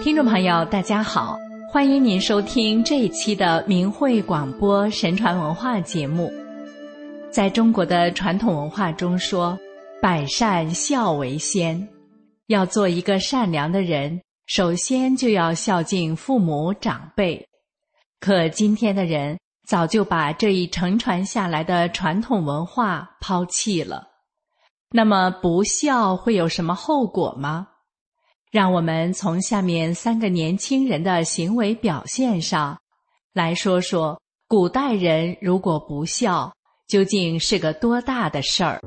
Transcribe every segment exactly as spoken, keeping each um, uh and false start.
听众朋友大家好，欢迎您收听这一期的明慧广播神传文化节目。在中国的传统文化中说，百善孝为先，要做一个善良的人，首先就要孝敬父母长辈。可今天的人早就把这一承传下来的传统文化抛弃了。那么不孝会有什么后果吗？让我们从下面三个年轻人的行为表现上来说说，古代人如果不孝，究竟是个多大的事儿。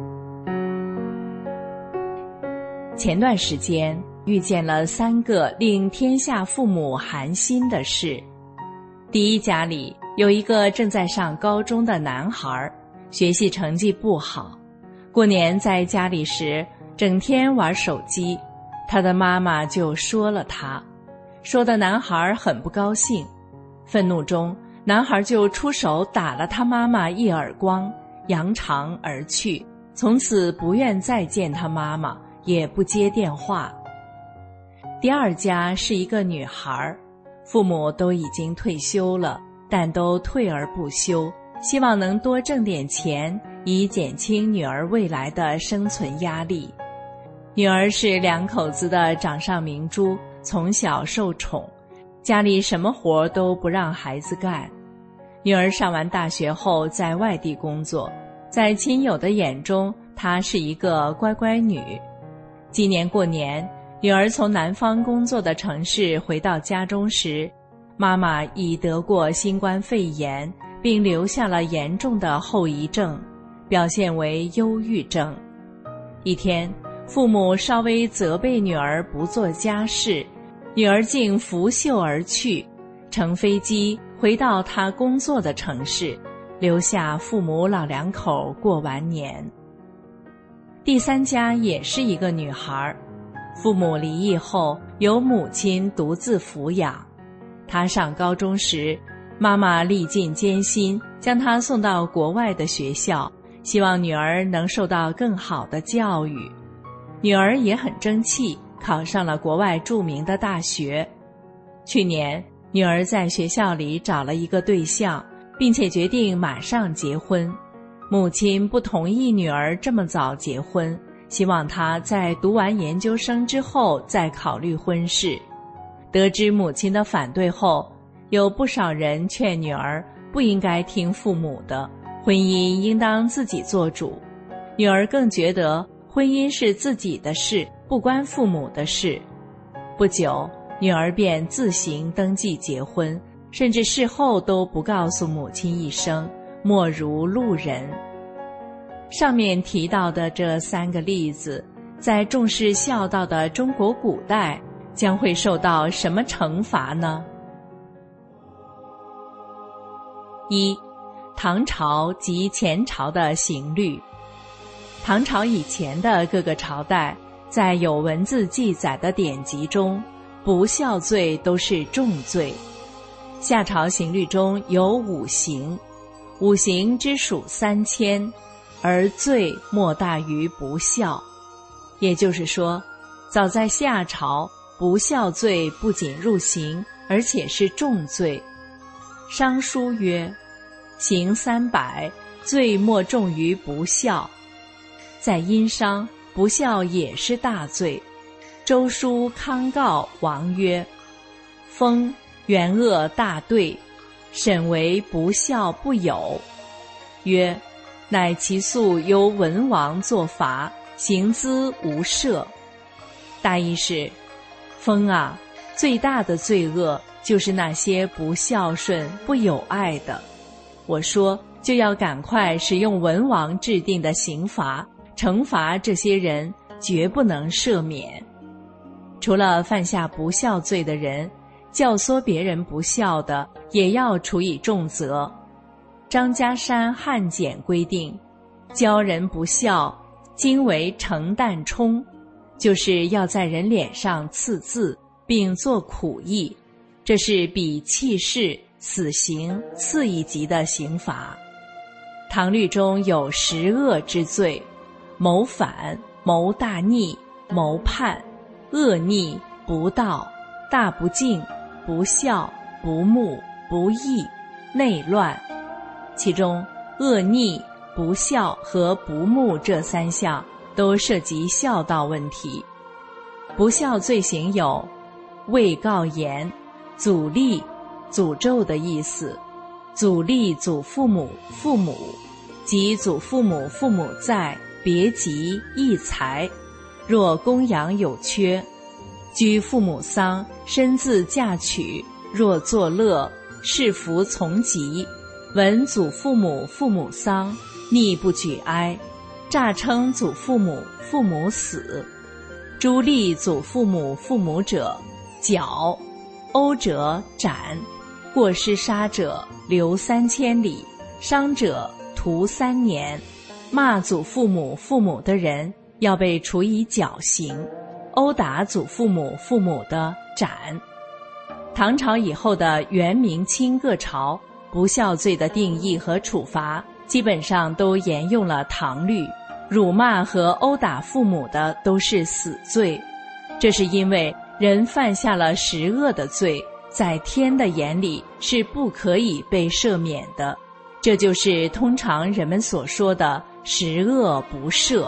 前段时间遇见了三个令天下父母寒心的事。第一家里有一个正在上高中的男孩，学习成绩不好，过年在家里时整天玩手机，他的妈妈就说了他，说的男孩很不高兴。愤怒中，男孩就出手打了他妈妈一耳光，扬长而去，从此不愿再见他妈妈，也不接电话。第二家是一个女孩，父母都已经退休了，但都退而不休，希望能多挣点钱，以减轻女儿未来的生存压力。女儿是两口子的掌上明珠，从小受宠，家里什么活都不让孩子干。女儿上完大学后在外地工作，在亲友的眼中，她是一个乖乖女。今年过年，女儿从南方工作的城市回到家中时，妈妈已得过新冠肺炎，并留下了严重的后遗症，表现为忧郁症。一天，父母稍微责备女儿不做家事，女儿竟拂袖而去，乘飞机回到她工作的城市，留下父母老两口过完年。第三家也是一个女孩，父母离异后由母亲独自抚养。她上高中时，妈妈历尽艰辛将她送到国外的学校，希望女儿能受到更好的教育。女儿也很争气，考上了国外著名的大学。去年，女儿在学校里找了一个对象，并且决定马上结婚。母亲不同意女儿这么早结婚，希望她在读完研究生之后再考虑婚事。得知母亲的反对后，有不少人劝女儿不应该听父母的，婚姻应当自己做主。女儿更觉得婚姻是自己的事，不关父母的事。不久，女儿便自行登记结婚，甚至事后都不告诉母亲一声，莫如路人。上面提到的这三个例子，在重视孝道的中国古代，将会受到什么惩罚呢？一、唐朝及前朝的刑律。唐朝以前的各个朝代，在有文字记载的典籍中，不孝罪都是重罪。夏朝刑律中有五刑，五刑之数三千，而罪莫大于不孝。也就是说，早在夏朝，不孝罪不仅入刑，而且是重罪。商书曰：刑三百，罪莫重于不孝。在殷商，不孝也是大罪。周书康诰王曰：封元恶大兑，审为不孝不有。曰：乃其素由文王作罚，刑资无赦。大意是，封啊，最大的罪恶就是那些不孝顺不友爱的，我说就要赶快使用文王制定的刑罚，惩罚这些人，绝不能赦免。除了犯下不孝罪的人，教唆别人不孝的也要处以重责。张家山汉简规定，教人不孝，今为成弹冲，就是要在人脸上刺字，并作苦役，这是比弃市、死刑次一级的刑罚。唐律中有十恶之罪：谋反、谋大逆、谋叛、恶逆、不道、 大不敬、不孝、不睦、不义、内乱。其中恶逆、不孝和不睦这三项都涉及孝道问题。不孝罪行有未告言、阻立、诅咒的意思，阻立祖父母、父母，即祖父母、父母在，别急易财，若供养有缺，居父母丧，身自嫁娶，若作乐，是福从疾，闻祖父母、父母丧，逆不举哀，诈称祖父母、父母死。诛立祖父母、父母者，绞；殴者斩；过失杀者，流三千里；伤者，徒三年。骂祖父母、父母的人要被处以绞刑，殴打祖父母、父母的斩。唐朝以后的元、明、清各朝，不孝罪的定义和处罚基本上都沿用了唐律，辱骂和殴打父母的都是死罪。这是因为人犯下了十恶的罪，在天的眼里是不可以被赦免的，这就是通常人们所说的十恶不赦。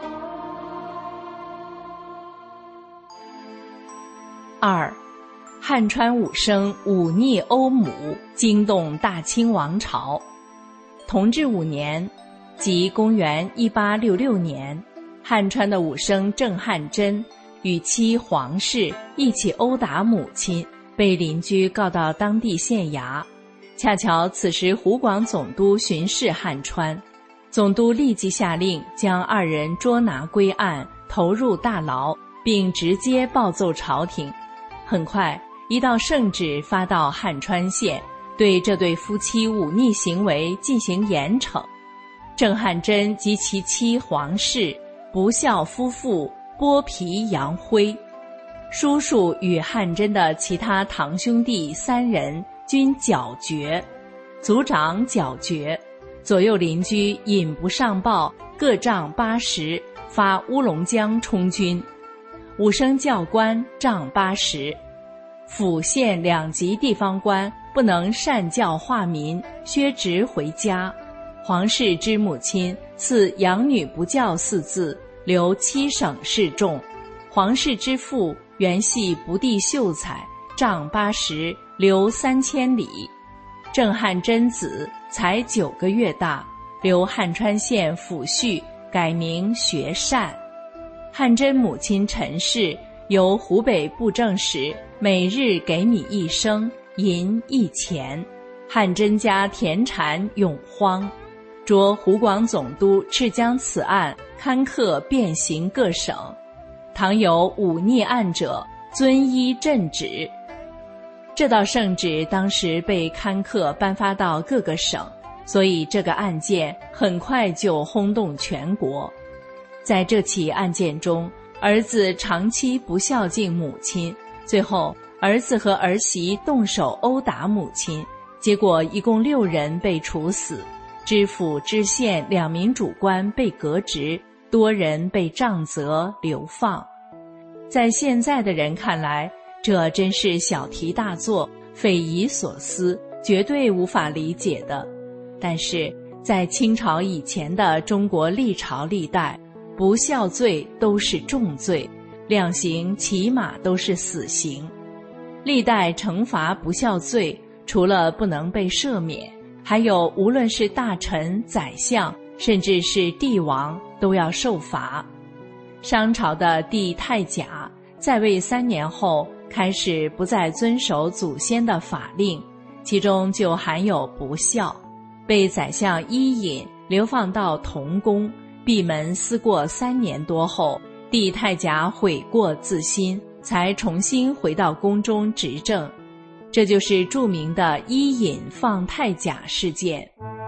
二，汉川武生忤逆欧母，惊动大清王朝。同治五年，即公元一八六六年，汉川的武生郑汉真与妻黄氏一起殴打母亲，被邻居告到当地县衙。恰巧此时湖广总督巡视汉川，总督立即下令将二人捉拿归案，投入大牢，并直接报奏朝廷。很快，一道圣旨发到汉川县，对这对夫妻忤逆行为进行严惩。郑汉真及其妻黄氏不孝夫妇剥皮扬灰，叔叔与汉真的其他堂兄弟三人均绞决，族长绞决，左右邻居引不上报，各杖八十，发乌龙江充军。武生教官杖八十，府县两级地方官不能善教化民，削职回家。黄氏之母亲赐养女不教四字，留七省示众。黄氏之父原系不第秀才，杖八十，留三千里。郑汉真子才九个月大，留汉川县抚恤，改名学善。汉真母亲陈氏由湖北布政使，每日给米一升，银一钱。汉真家田产永荒，着湖广总督敕将此案刊刻遍行各省，倘有忤逆案者，遵依朕旨。这道圣旨当时被刊刻颁发到各个省，所以这个案件很快就轰动全国。在这起案件中，儿子长期不孝敬母亲，最后儿子和儿媳动手殴打母亲，结果一共六人被处死，知府、知县两名主官被革职，多人被杖责流放。在现在的人看来，这真是小题大做，匪夷所思，绝对无法理解的。但是在清朝以前的中国历朝历代，不孝罪都是重罪，量刑起码都是死刑。历代惩罚不孝罪，除了不能被赦免，还有无论是大臣、宰相，甚至是帝王，都要受罚。商朝的帝太甲在位三年后，开始不再遵守祖先的法令，其中就含有不孝，被宰相伊尹流放到童宫，闭门思过三年多后，帝太甲悔过自新，才重新回到宫中执政。这就是著名的伊尹放太甲事件。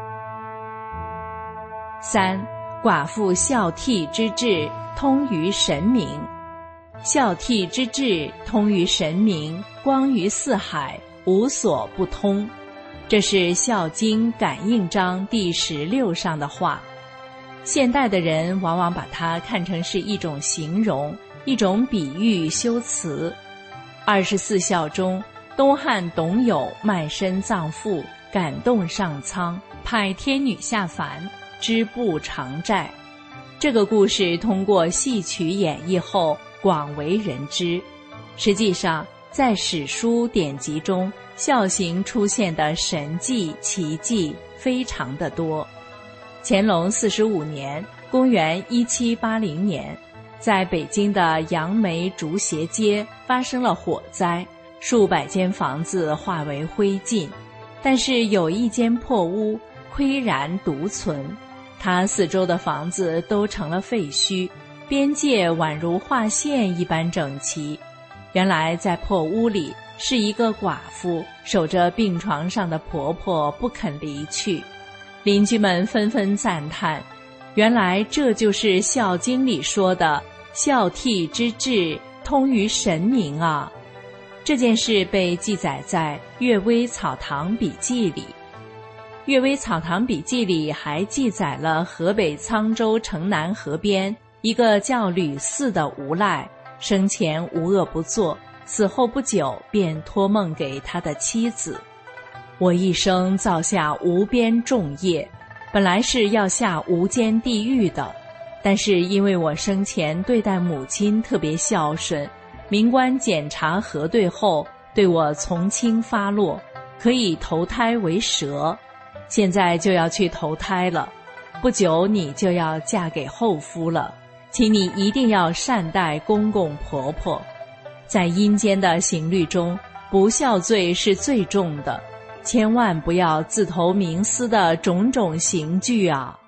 三，寡妇孝悌之志通于神明。孝悌之志通于神明，光于四海，无所不通。这是《孝经·感应章》第十六上的话。现代的人往往把它看成是一种形容，一种比喻修辞。 二十四孝中，东汉董友卖身葬父，感动上苍，派天女下凡，织布偿债。这个故事通过戏曲演绎后广为人知。实际上，在史书典籍中，孝行出现的神迹奇迹非常的多。乾隆四十五年，公元一七八零年，在北京的杨梅竹斜街发生了火灾，数百间房子化为灰烬，但是有一间破屋岿然独存，它四周的房子都成了废墟，边界宛如画线一般整齐。原来在破屋里是一个寡妇守着病床上的婆婆不肯离去，邻居们纷纷赞叹，原来这就是《孝经》里说的孝悌之志通于神明啊。这件事被记载在《岳微草堂笔记》里。《岳微草堂笔记》里还记载了河北沧州城南河边一个叫吕四的无赖，生前无恶不作，死后不久便托梦给他的妻子：我一生造下无边重业，本来是要下无间地狱的，但是因为我生前对待母亲特别孝顺，民官检查核对后对我从轻发落，可以投胎为蛇，现在就要去投胎了，不久你就要嫁给后夫了，请你一定要善待公公婆婆。在阴间的刑律中，不孝罪是最重的，千万不要自投冥司的种种刑具啊。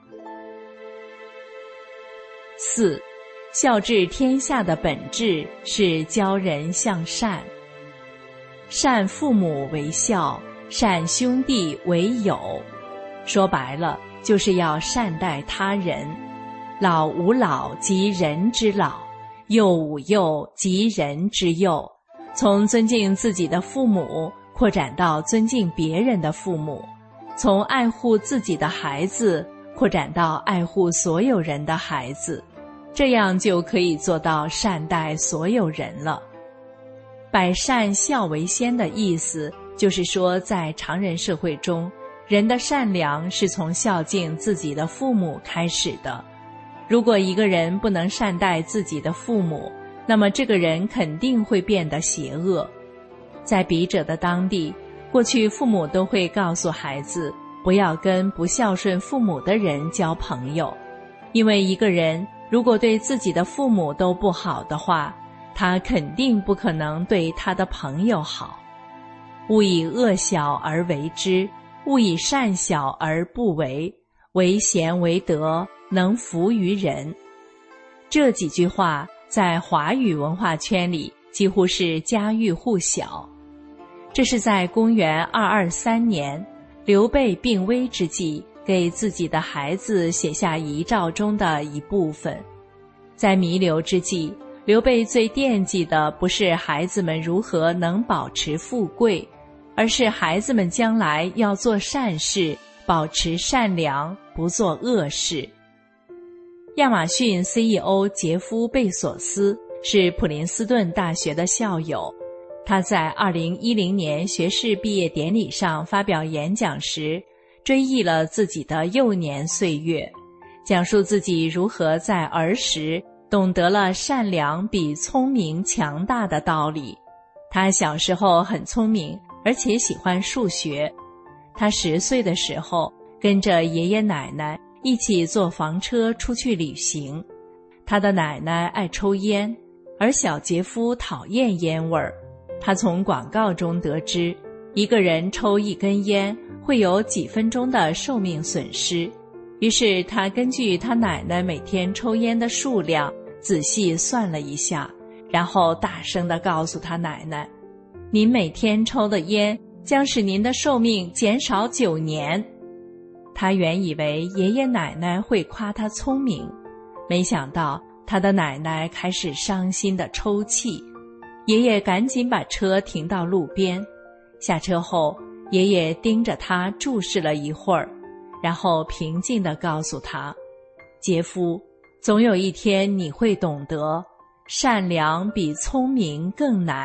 四，孝治天下的本质是教人向善。善父母为孝，善兄弟为友。说白了，就是要善待他人。老吾老及人之老，幼吾幼及人之幼。从尊敬自己的父母扩展到尊敬别人的父母，从爱护自己的孩子扩展到爱护所有人的孩子，这样就可以做到善待所有人了。百善孝为先的意思，就是说在常人社会中，人的善良是从孝敬自己的父母开始的。如果一个人不能善待自己的父母，那么这个人肯定会变得邪恶。在笔者的当地，过去父母都会告诉孩子，不要跟不孝顺父母的人交朋友，因为一个人如果对自己的父母都不好的话，他肯定不可能对他的朋友好。勿以恶小而为之，勿以善小而不为，为贤为德，能服于人。这几句话在华语文化圈里几乎是家喻户晓。这是在公元二二三年，刘备病危之际，给自己的孩子写下遗诏中的一部分。在弥留之际，刘备最惦记的不是孩子们如何能保持富贵，而是孩子们将来要做善事，保持善良，不做恶事。亚马逊 C E O 杰夫·贝索斯是普林斯顿大学的校友，他在二零一零年学士毕业典礼上发表演讲时，追忆了自己的幼年岁月，讲述自己如何在儿时懂得了善良比聪明强大的道理。他小时候很聪明，而且喜欢数学。他十岁的时候，跟着爷爷奶奶一起坐房车出去旅行。他的奶奶爱抽烟，而小杰夫讨厌烟味儿。他从广告中得知，一个人抽一根烟会有几分钟的寿命损失。于是他根据他奶奶每天抽烟的数量仔细算了一下，然后大声地告诉他奶奶，您每天抽的烟将使您的寿命减少九年。他原以为爷爷奶奶会夸他聪明，没想到他的奶奶开始伤心地抽泣。爷爷赶紧把车停到路边，下车后，爷爷盯着他注视了一会儿，然后平静地告诉他，杰夫，总有一天你会懂得，善良比聪明更难，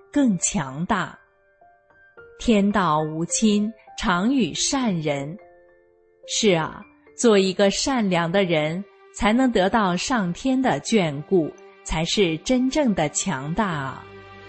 更强大。天道无亲，常与善人。是啊，做一个善良的人，才能得到上天的眷顾，才是真正的强大啊。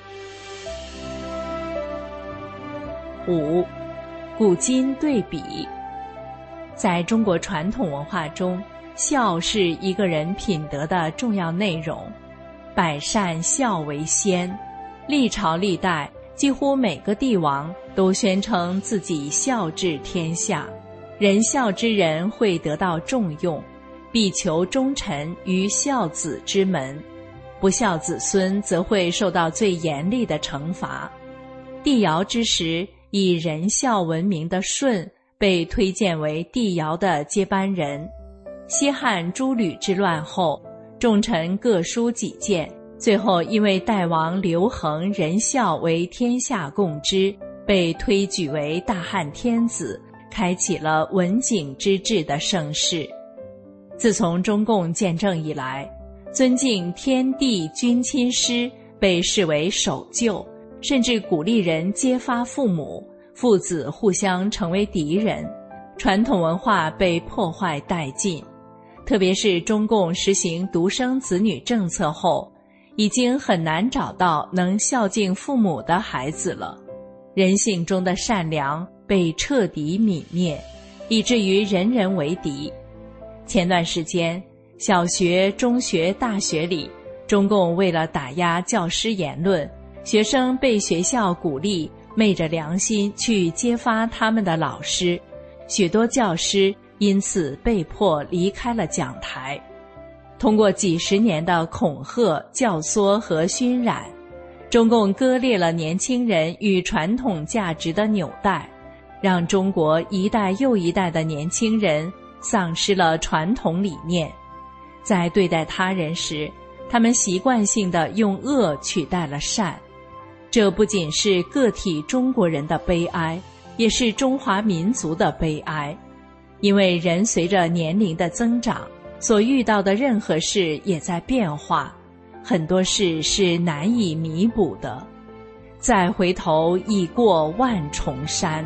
五，古今对比。在中国传统文化中，孝是一个人品德的重要内容，百善孝为先。历朝历代，几乎每个帝王都宣称自己孝治天下，仁孝之人会得到重用，必求忠臣于孝子之门，不孝子孙则会受到最严厉的惩罚。帝尧之时，以仁孝闻名的舜被推荐为帝尧的接班人。西汉诸吕之乱后，众臣各抒己见，最后因为代王刘恒仁孝为天下共知，被推举为大汉天子，开启了文景之治的盛世。自从中共建政以来，尊敬天地君亲师被视为守旧，甚至鼓励人揭发父母，父子互相成为敌人，传统文化被破坏殆尽。特别是中共实行独生子女政策后，已经很难找到能孝敬父母的孩子了。人性中的善良被彻底泯灭，以至于人人为敌。前段时间，小学、中学、大学里，中共为了打压教师言论，学生被学校鼓励昧着良心去揭发他们的老师，许多教师因此被迫离开了讲台。通过几十年的恐吓、教唆和熏染，中共割裂了年轻人与传统价值的纽带，让中国一代又一代的年轻人丧失了传统理念。在对待他人时，他们习惯性地用恶取代了善。这不仅是个体中国人的悲哀，也是中华民族的悲哀。因为人随着年龄的增长，所遇到的任何事也在变化，很多事是难以弥补的。再回头已过万重山。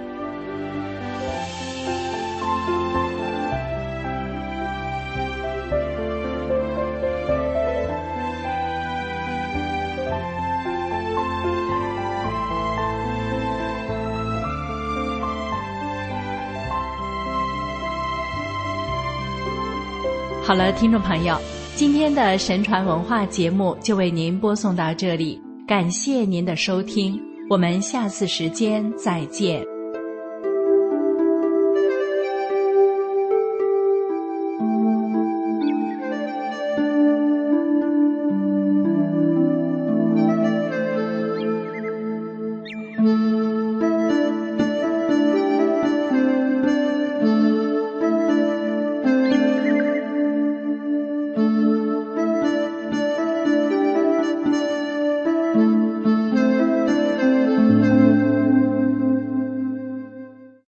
好了，听众朋友，今天的神传文化节目就为您播送到这里，感谢您的收听，我们下次时间再见。